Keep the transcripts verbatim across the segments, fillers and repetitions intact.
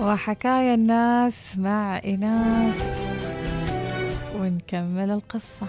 وحكايا الناس مع إناس، ونكمل القصة.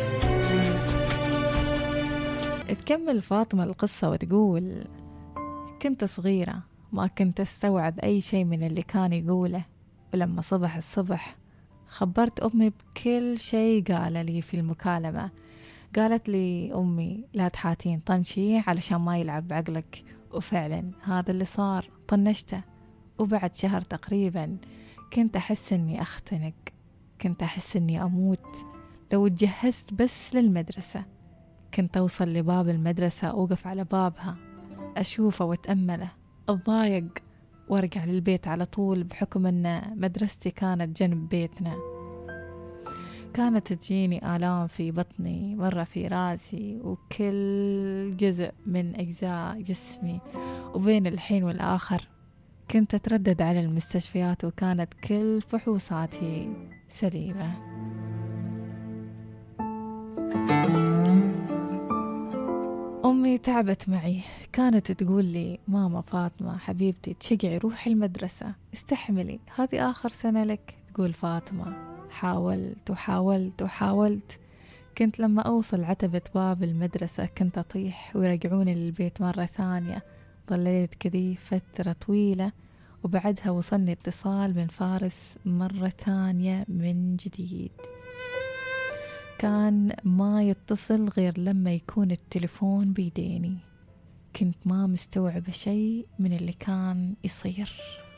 تكمل فاطمة القصة وتقول: كنت صغيرة ما كنت أستوعب أي شيء من اللي كان يقوله، ولما صبح الصبح خبرت أمي بكل شيء قال لي في المكالمة. قالت لي أمي: لا تحاتين طنشي علشان ما يلعب بعقلك. وفعلا هذا اللي صار، طنشته. وبعد شهر تقريبا كنت أحس أني أختنق، كنت أحس أني أموت. لو تجهزت بس للمدرسة كنت أوصل لباب المدرسة، أوقف على بابها أشوفه وأتأمله، أتضايق وارجع للبيت على طول، بحكم أن مدرستي كانت جنب بيتنا. كانت تجيني آلام في بطني، مرة في راسي، وكل جزء من أجزاء جسمي، وبين الحين والآخر كنت أتردد على المستشفيات، وكانت كل فحوصاتي سليمة. أمي تعبت معي، كانت تقول لي: ماما فاطمة حبيبتي تشجعي روحي المدرسة، استحملي، هذه آخر سنة لك. تقول فاطمة: حاولت وحاولت وحاولت. كنت لما أوصل عتبة باب المدرسة كنت أطيح ويرجعوني للبيت مرة ثانية. ظليت كذي فترة طويلة، وبعدها وصلني اتصال من فارس مرة ثانية من جديد. كان ما يتصل غير لما يكون التليفون بيديني. كنت ما مستوعبة شيء من اللي كان يصير.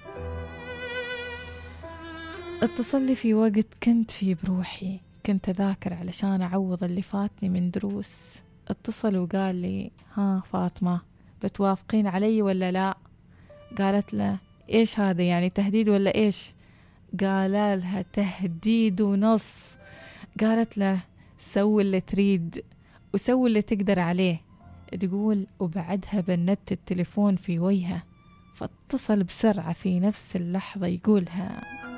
اتصل لي في وقت كنت فيه بروحي، كنت أذاكر علشان أعوض اللي فاتني من دروس. اتصل وقال لي: ها فاطمة، بتوافقين علي ولا لا؟ قالت له: إيش هذا يعني، تهديد ولا إيش؟ قال لها: تهديد ونص. قالت له: سوي اللي تريد وسوي اللي تقدر عليه. تقول: وبعدها بندت التليفون في وجهه، فاتصل بسرعة في نفس اللحظة يقولها: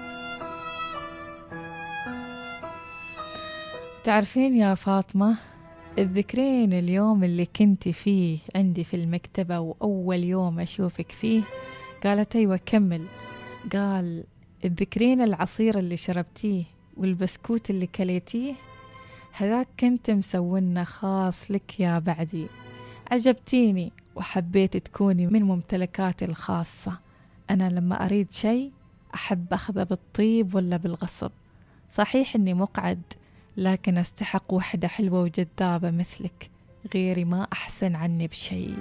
تعرفين يا فاطمة، تذكرين اليوم اللي كنتي فيه عندي في المكتبة وأول يوم أشوفك فيه؟ قالت: أيوة كمل. قال: تذكرين العصير اللي شربتيه والبسكوت اللي كليتيه؟ هذاك كنت مسوينه خاص لك يا بعدي. عجبتيني وحبيت تكوني من ممتلكاتي الخاصة. أنا لما أريد شيء أحب أخذه بالطيب ولا بالغصب. صحيح أني مقعد، لكن أستحق وحدة حلوة وجذابة مثلك، غيري ما أحسن عني بشيء.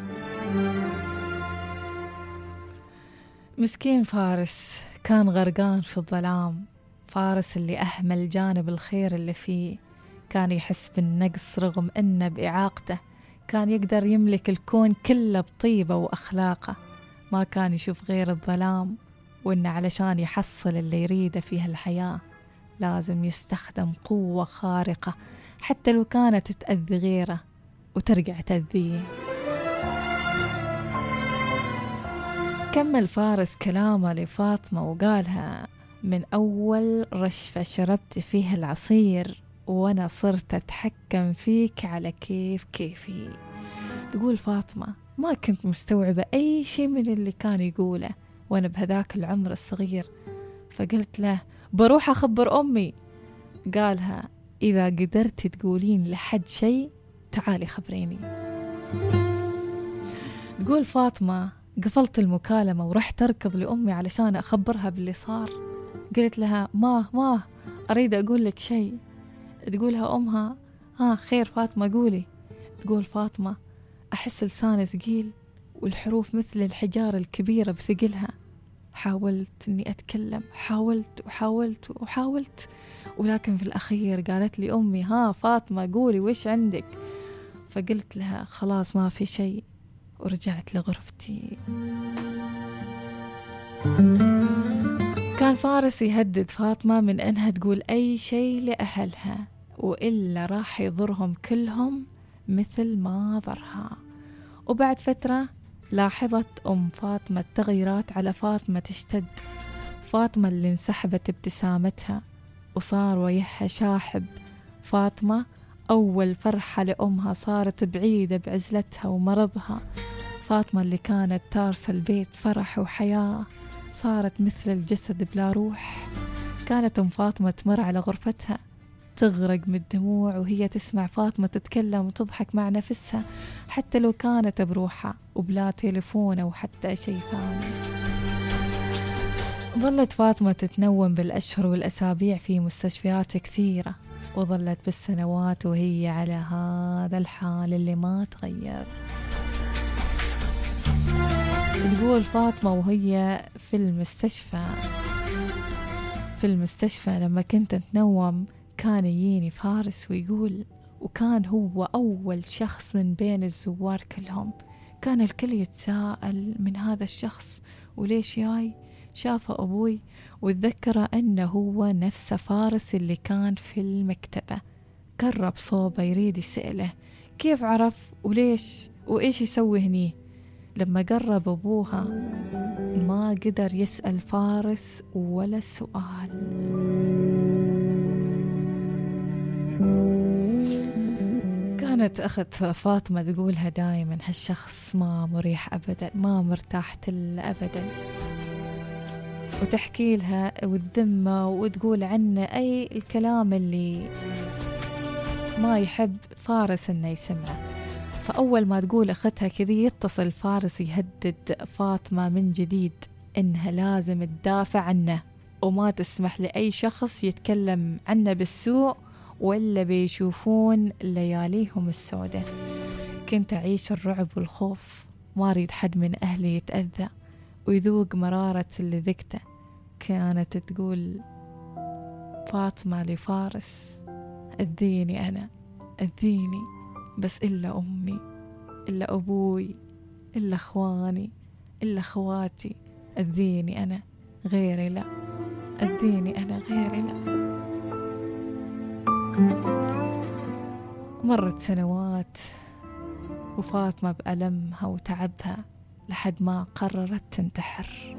مسكين فارس كان غرقان في الظلام. فارس اللي أهمل جانب الخير اللي فيه، كان يحس بالنقص رغم أنه بإعاقته كان يقدر يملك الكون كله بطيبة وأخلاقه. ما كان يشوف غير الظلام، وإنه علشان يحصل اللي يريده فيه الحياة لازم يستخدم قوة خارقة، حتى لو كانت تأذي غيره وترجع تأذيه. كمل فارس كلامه لفاطمة وقالها: من أول رشفة شربت فيه العصير وأنا صرت أتحكم فيك على كيف كيفي. تقول فاطمة: ما كنت مستوعبة أي شيء من اللي كان يقوله وأنا بهذاك العمر الصغير، فقلت له: بروح أخبر أمي. قالها: إذا قدرت تقولين لحد شيء تعالي خبريني. تقول فاطمة: قفلت المكالمة ورحت أركض لأمي علشان أخبرها باللي صار. قلت لها: ما ما أريد أقول لك شيء. تقولها أمها: ها خير فاطمة قولي. تقول فاطمة: أحس لساني ثقيل والحروف مثل الحجارة الكبيرة بثقلها. حاولت أني أتكلم، حاولت وحاولت وحاولت، ولكن في الأخير قالت لي أمي: ها فاطمة قولي وش عندك؟ فقلت لها: خلاص ما في شيء، ورجعت لغرفتي. كان فارس يهدد فاطمة من أنها تقول أي شيء لأهلها، وإلا راح يضرهم كلهم مثل ما ضرها. وبعد فترة لاحظت أم فاطمة التغيرات على فاطمة تشتد. فاطمة اللي انسحبت ابتسامتها وصار وجهها شاحب. فاطمة أول فرحة لأمها صارت بعيدة بعزلتها ومرضها. فاطمة اللي كانت تارس البيت فرح وحياة صارت مثل الجسد بلا روح. كانت أم فاطمة تمر على غرفتها تغرق من الدموع وهي تسمع فاطمة تتكلم وتضحك مع نفسها، حتى لو كانت بروحها وبلا تليفون أو حتى شيء ثاني. ظلت فاطمة تتنوم بالأشهر والأسابيع في مستشفيات كثيرة، وظلت بالسنوات وهي على هذا الحال اللي ما تغير. تقول فاطمة وهي في المستشفى في المستشفى لما كنت أتنوم كان يجيني فارس ويقول، وكان هو أول شخص من بين الزوار كلهم. كان الكل يتساءل من هذا الشخص وليش جاي. شاف أبوي وتذكر أنه هو نفس فارس اللي كان في المكتبة. قرب صوبه يريد يسأله كيف عرف وليش وإيش يسوي هني. لما قرب أبوها ما قدر يسأل فارس ولا سؤال. كانت أخت فاطمة تقولها دائما هالشخص ما مريح أبدا، ما مرتاحت أبدا، وتحكي لها والذمة وتقول عنه أي الكلام اللي ما يحب فارس إنه يسمعه. فأول ما تقول أختها كذي يتصل فارس يهدد فاطمة من جديد إنها لازم تدافع عنه وما تسمح لأي شخص يتكلم عنه بالسوء ولا بيشوفون لياليهم السودة. كنت أعيش الرعب والخوف، ما أريد حد من أهلي يتأذى ويذوق مرارة اللي ذقته. كانت تقول فاطمة لفارس أذيني أنا أذيني، بس إلا أمي إلا أبوي إلا أخواني إلا أخواتي أذيني أنا، غيري لا، أذيني أنا غيري لا. مرت سنوات وفاطمة بألمها وتعبها لحد ما قررت تنتحر.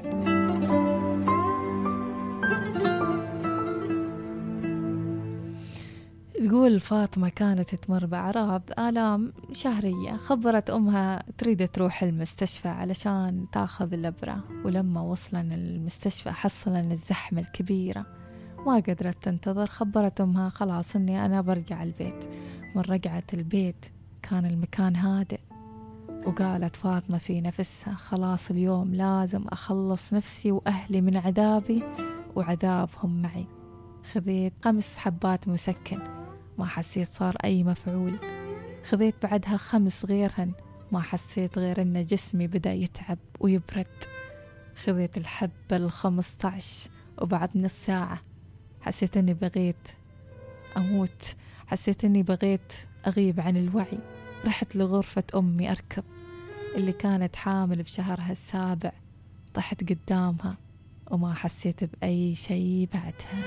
تقول فاطمة كانت تمر بأعراض آلام شهرية، خبرت أمها تريد تروح المستشفى علشان تاخذ الإبرة، ولما وصلن المستشفى حصلن الزحمة الكبيرة ما قدرت تنتظر. خبرت أمها خلاص إني أنا برجع البيت. من رجعت البيت كان المكان هادئ، وقالت فاطمة في نفسها خلاص اليوم لازم أخلص نفسي وأهلي من عذابي وعذابهم معي. خذيت خمس حبات مسكن ما حسيت صار أي مفعول. خذيت بعدها خمس غيرهن ما حسيت غير أن جسمي بدأ يتعب ويبرد. خذيت الحبة الخمسة عشر وبعد نص ساعة حسيت أني بغيت أموت، حسيت أني بغيت أغيب عن الوعي. رحت لغرفة أمي أركض اللي كانت حامل بشهرها السابع، طحت قدامها وما حسيت بأي شيء بعدها.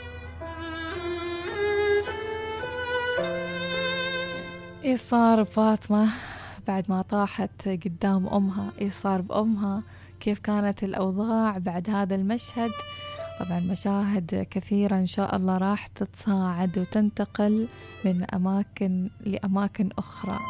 إيه صار بفاطمة بعد ما طاحت قدام أمها؟ إيه صار بأمها؟ كيف كانت الأوضاع بعد هذا المشهد؟ طبعا مشاهد كثيرة إن شاء الله راح تتصاعد وتنتقل من أماكن لأماكن أخرى.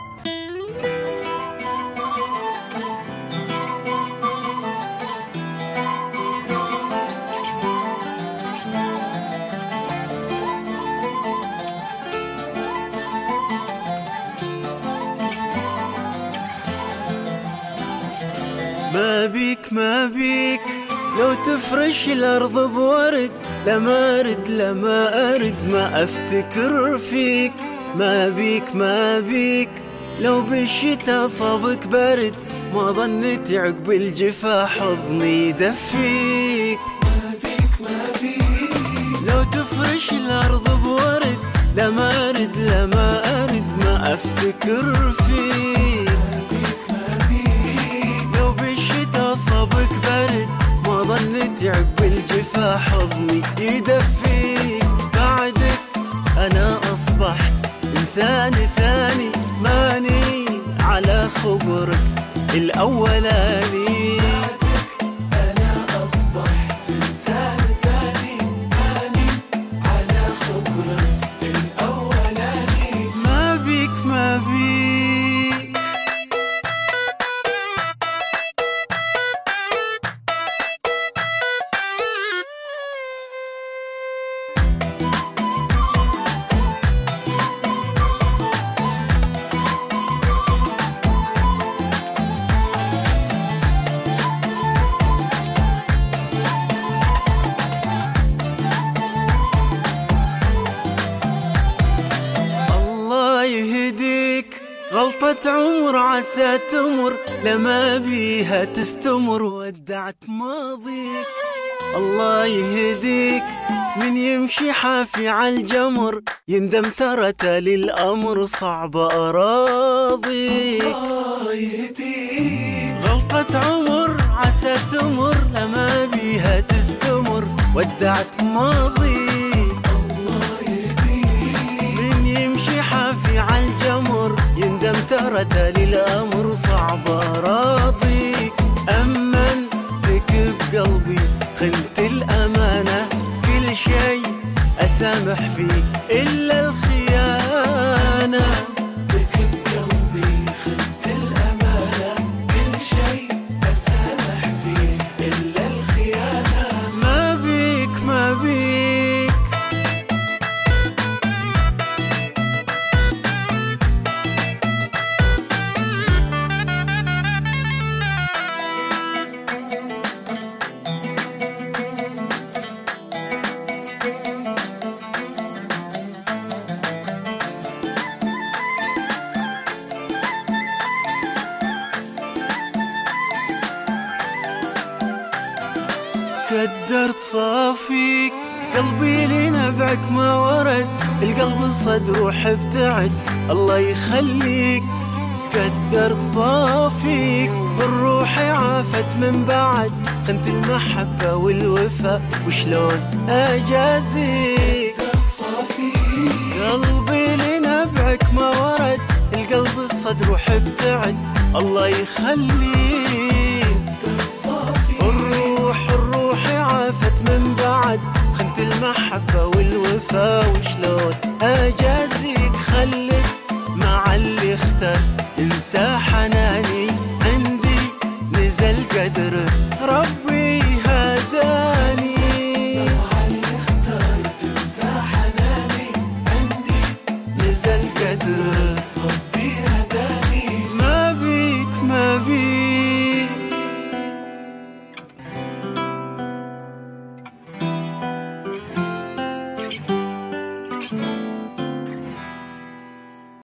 ما بيك ما بيك لو تفرش الأرض بورد، لما أرد لما أرد ما أفتكر فيك. ما بيك ما بيك لو بالشتا صابك برد، ما ظنيت عقب الجفا حضني يدفيك. ما بيك ما بيك لو تفرش الأرض بورد، لما أرد لما أرد ما أفتكر فيك. صابك برد ما ظنيت عقب الجفا حضني يدفيك. بعدك أنا أصبحت إنسان ثاني، ماني على خبرك الأولاني. بعدك أنا أصبحت إنسان ثاني، ماني على خبرك الأولاني. ما بيك ما بيك عسى تمر لما بيها تستمر، ودعت ماضيك الله يهديك. من يمشي حافي عالجمر يندم ترى تالي الأمر، صعب أراضيك الله يهديك. غلطة عمر عسى تمر لما بيها تستمر، ودعت ماضيك الله يهديك. من يمشي حافي عالجمر يندم ترى تالي الأمر، صعب أراضيك. أمن تكب قلبي خنت الأمانة، كل شيء أسامح فيه إلا الخيانة. تكب قلبي خنت الأمانة، كل شيء أسامح فيه إلا الخيانة. ما بيك ما بيك قدرت صافيك قلبي لنبعك ما ورد، القلب صد روح ابتعد الله يخليك. قدرت صافيك بالروح عافت من بعد، خنت المحبة والوفا وشلون أجازيك. قلبي لنبعك ما ورد، القلب الصد روح ابتعد الله يخليك. الروح الروح عافت من بعد، خنت المحبة والوفا وشلون أجازيك. خلك مع اللي اختار انسى حناني، عندي نزل قدر رب